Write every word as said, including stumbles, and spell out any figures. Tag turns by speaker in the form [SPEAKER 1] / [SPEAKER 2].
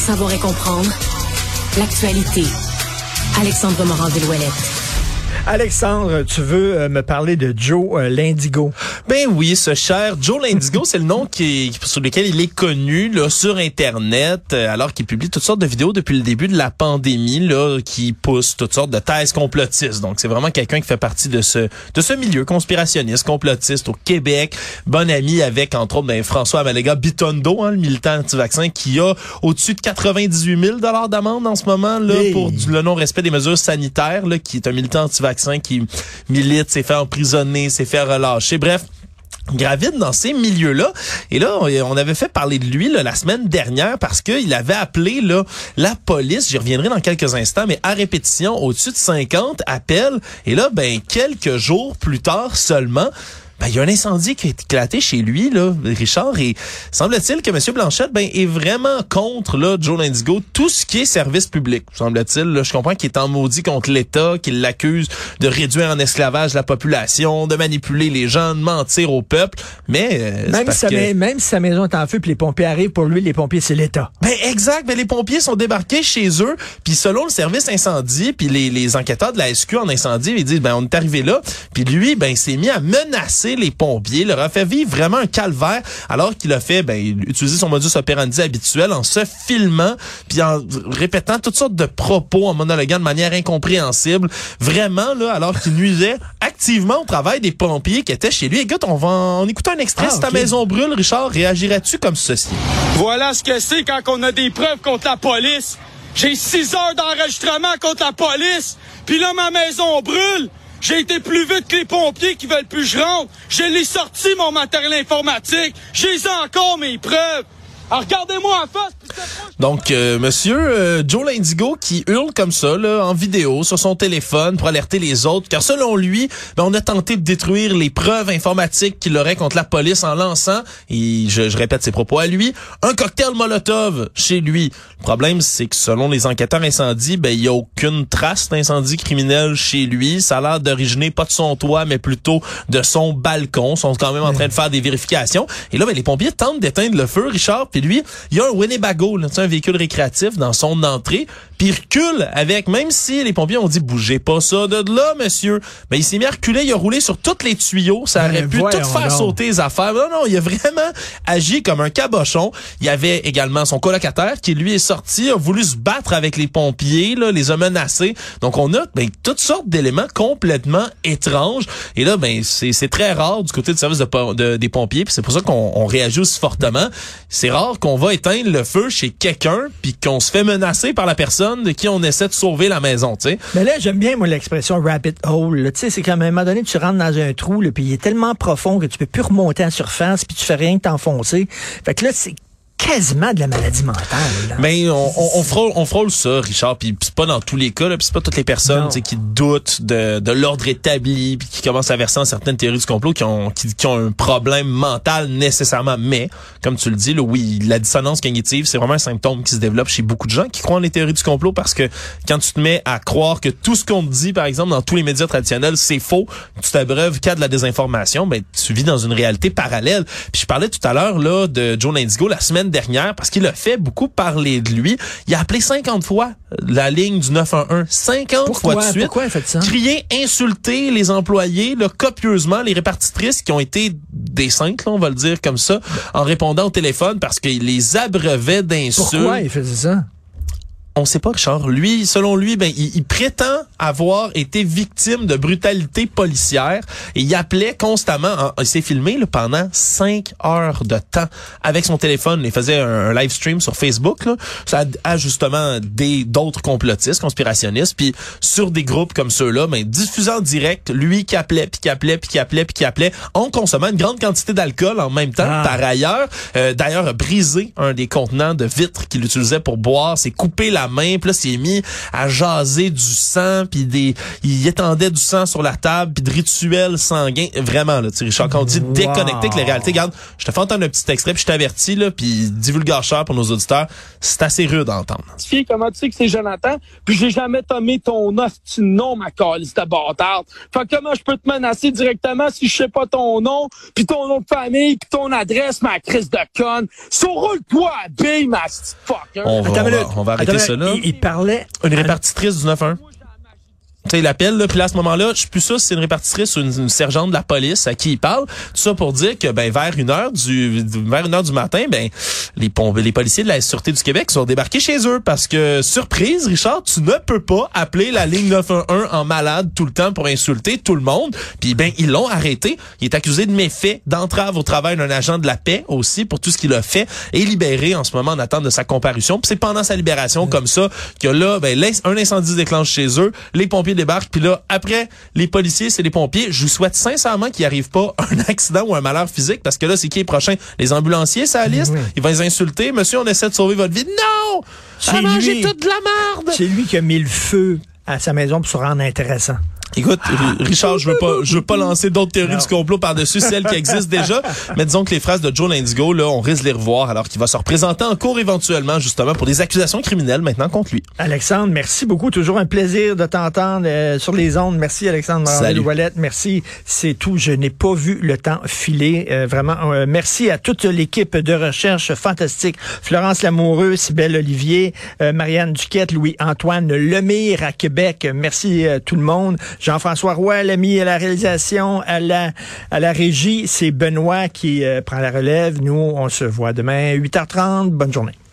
[SPEAKER 1] savoir et comprendre l'actualité. Alexandre Morin-Villouellette.
[SPEAKER 2] Alexandre, tu veux euh, me parler de Joe euh, Lindigo?
[SPEAKER 3] Ben oui, ce cher Joe Lindigo, c'est le nom qui, sur lequel il est connu là sur Internet, euh, alors qu'il publie toutes sortes de vidéos depuis le début de la pandémie, là, qui pousse toutes sortes de thèses complotistes. Donc, c'est vraiment quelqu'un qui fait partie de ce de ce milieu conspirationniste, complotiste au Québec. Bon ami avec, entre autres, ben, François Amalega Bitondo, hein, le militant anti-vaccin, qui a au-dessus de quatre-vingt-dix-huit mille dollars d'amende en ce moment là hey. pour du, le non-respect des mesures sanitaires, là, qui est un militant anti-vaccin qui milite, s'est fait emprisonner, s'est fait relâcher. Bref, gravite dans ces milieux-là. Et là, on avait fait parler de lui là, la semaine dernière parce qu'il avait appelé là la police, j'y reviendrai dans quelques instants, mais à répétition, au-dessus de cinquante appels. Et là, ben quelques jours plus tard seulement, ben, il y a un incendie qui a éclaté chez lui, là, Richard, et semble-t-il que M. Blanchette, ben, est vraiment contre, là, Joe Lindigo, tout ce qui est service public, semble-t-il, là. Je comprends qu'il est en maudit contre l'État, qu'il l'accuse de réduire en esclavage la population, de manipuler les gens, de mentir au peuple, mais, euh,
[SPEAKER 2] même, si que... même si sa maison est en feu puis les pompiers arrivent, pour lui, les pompiers, c'est l'État.
[SPEAKER 3] Ben, exact. Ben, les pompiers sont débarqués chez eux, puis selon le service incendie, puis les, les enquêteurs de la S Q en incendie, ils disent, ben, on est arrivé là, puis lui, ben, il s'est mis à menacer les pompiers, leur a fait vivre vraiment un calvaire, alors qu'il a fait, ben, utiliser son modus operandi habituel en se filmant, puis en répétant toutes sortes de propos, en monologuant de manière incompréhensible, vraiment, là, alors qu'il nuisait activement au travail des pompiers qui étaient chez lui. Écoute, on va en, on écoute un extrait. Ah, si ta okay. maison brûle, Richard, réagirais-tu comme ceci?
[SPEAKER 4] Voilà ce que c'est quand on a des preuves contre la police. J'ai six heures d'enregistrement contre la police, puis là, ma maison brûle. J'ai été plus vite que les pompiers qui veulent plus que je rentre. Je l'ai sorti, mon matériel informatique. J'ai encore mes preuves. Alors, regardez-moi en face.
[SPEAKER 3] Donc, euh, monsieur euh, Joe Lindigo qui hurle comme ça, là, en vidéo, sur son téléphone pour alerter les autres, car selon lui, ben, on a tenté de détruire les preuves informatiques qu'il aurait contre la police en lançant, et je, je répète ses propos à lui, un cocktail Molotov chez lui. Le problème, c'est que selon les enquêteurs incendies, ben, il y a aucune trace d'incendie criminel chez lui. Ça a l'air d'originer pas de son toit, mais plutôt de son balcon. Ils sont quand même en train de faire des vérifications. Et là, ben, les pompiers tentent d'éteindre le feu, Richard, puis lui, il y a un Winnebago, là, un véhicule récréatif dans son entrée, puis il recule avec, même si les pompiers ont dit, bougez pas ça de là, monsieur. Ben, il s'est mis à reculer, il a roulé sur tous les tuyaux, ça aurait ben, pu tout faire non. sauter les affaires. Non, non, il a vraiment agi comme un cabochon. Il y avait également son colocataire qui, lui, est sorti, a voulu se battre avec les pompiers, là, les a menacés. Donc, on a, ben, toutes sortes d'éléments complètement étranges. Et là, ben, c'est, c'est très rare du côté du service de, de, des pompiers, puis c'est pour ça qu'on on réagit aussi fortement. C'est rare qu'on va éteindre le feu chez quelqu'un puis qu'on se fait menacer par la personne de qui on essaie de sauver la maison, tu sais.
[SPEAKER 2] Mais là, j'aime bien, moi, l'expression rabbit hole. Tu sais, c'est qu'à un moment donné, tu rentres dans un trou, puis il est tellement profond que tu peux plus remonter à la surface, puis tu fais rien que t'enfoncer. Fait que là, c'est quasiment de la maladie mentale. Là.
[SPEAKER 3] Mais on, on, on, frôle, on frôle ça, Richard, puis c'est pas dans tous les cas, là, puis c'est pas toutes les personnes qui doutent de, de l'ordre établi, puis qui commencent à verser en certaines théories du complot, qui ont, qui, qui ont un problème mental nécessairement. Mais, comme tu le dis, là, oui, la dissonance cognitive, c'est vraiment un symptôme qui se développe chez beaucoup de gens qui croient en les théories du complot, parce que quand tu te mets à croire que tout ce qu'on te dit, par exemple, dans tous les médias traditionnels, c'est faux, tu t'abreuves qu'à de la désinformation, ben tu vis dans une réalité parallèle. Puis je parlais tout à l'heure là de Joe Lindigo la semaine dernière, parce qu'il a fait beaucoup parler de lui. Il a appelé cinquante fois la ligne du neuf un un. cinquante
[SPEAKER 2] Pourquoi?
[SPEAKER 3] fois de suite.
[SPEAKER 2] Pourquoi il a fait ça?
[SPEAKER 3] Crier, insulter les employés, là, copieusement, les répartitrices qui ont été des saintes, là, on va le dire comme ça, en répondant au téléphone parce qu'il les abreuvait d'insultes.
[SPEAKER 2] Pourquoi il faisait ça?
[SPEAKER 3] On sait pas, Richard. Lui, selon lui, ben, il, il prétend avoir été victime de brutalité policière et il appelait constamment. En, il s'est filmé là, pendant cinq heures de temps avec son téléphone. Il faisait un, un live stream sur Facebook. Là, ça a, a justement des d'autres complotistes, conspirationnistes, puis sur des groupes comme ceux-là, ben, diffusant en direct, lui qui appelait, puis qui appelait, puis qui appelait, puis qui appelait, en consommant une grande quantité d'alcool en même temps. Ah. Par ailleurs, euh, d'ailleurs, a brisé un des contenants de vitre qu'il utilisait pour boire, s'est coupé la main, puis là, s'est mis à jaser du sang, puis des, il étendait du sang sur la table, puis de rituels sanguins. Vraiment, là, tu sais, Richard, quand on dit wow. déconnecté avec la réalité, regarde, je te fais entendre un petit extrait, puis je t'avertis, là, puis divulgateur pour nos auditeurs, c'est assez rude à entendre.
[SPEAKER 4] Comment tu sais que c'est Jonathan? Puis j'ai jamais tombé ton hostie nom, ma calisse de bâtard. Fait que comment je peux te menacer directement si je sais pas ton nom, puis ton nom de famille, puis ton adresse, ma crise de conne? Surroule-toi à bille, ma petite fucker.
[SPEAKER 3] On va,
[SPEAKER 2] Attends,
[SPEAKER 3] on va,
[SPEAKER 2] là,
[SPEAKER 3] on va arrêter
[SPEAKER 2] attends,
[SPEAKER 3] ça, là.
[SPEAKER 2] Il, il parlait...
[SPEAKER 3] Une répartitrice du neuf un un. Tu sais, il appelle, là, puis là, à ce moment-là, je suis plus sûr si c'est une répartitrice ou une, une sergente de la police à qui il parle. Tout ça pour dire que, ben, vers une heure du, vers une heure du matin, ben, les, les policiers de la Sûreté du Québec sont débarqués chez eux parce que, surprise, Richard, tu ne peux pas appeler la ligne neuf un un en malade tout le temps pour insulter tout le monde. Puis, ben, ils l'ont arrêté. Il est accusé de méfaits, d'entrave au travail d'un agent de la paix aussi pour tout ce qu'il a fait et libéré en ce moment en attente de sa comparution. Puis c'est pendant sa libération, mmh. comme ça, que là, ben, un incendie se déclenche chez eux, les pompiers débarquent, puis là, après, les policiers, c'est les pompiers. Je vous souhaite sincèrement qu'il n'y arrive pas un accident ou un malheur physique, parce que là, c'est qui est prochain? Les ambulanciers, c'est la liste? Oui. Ils vont les insulter. Monsieur, on essaie de sauver votre vie. Non! Ça a mangé toute de la merde!
[SPEAKER 2] C'est lui qui a mis le feu à sa maison pour se rendre intéressant.
[SPEAKER 3] Écoute, Richard, je veux pas, je veux pas lancer d'autres théories non. du complot par-dessus celles qui existent déjà, mais disons que les phrases de Joe L'indigo, là, on risque de les revoir alors qu'il va se représenter en cours éventuellement, justement, pour des accusations criminelles maintenant contre lui.
[SPEAKER 2] Alexandre, merci beaucoup. Toujours un plaisir de t'entendre euh, sur les ondes. Merci, Alexandre Moranville-Ouellette. Merci. C'est tout. Je n'ai pas vu le temps filer. Euh, vraiment, euh, merci à toute l'équipe de recherche fantastique. Florence Lamoureux, Cybèle Olivier, euh, Marianne Duquette, Louis-Antoine Lemire à Québec. Merci euh, tout le monde. Jean-François Roy, l'ami à la réalisation, à la, à la régie. C'est Benoît qui euh, prend la relève. Nous, on se voit demain, huit heures trente. Bonne journée.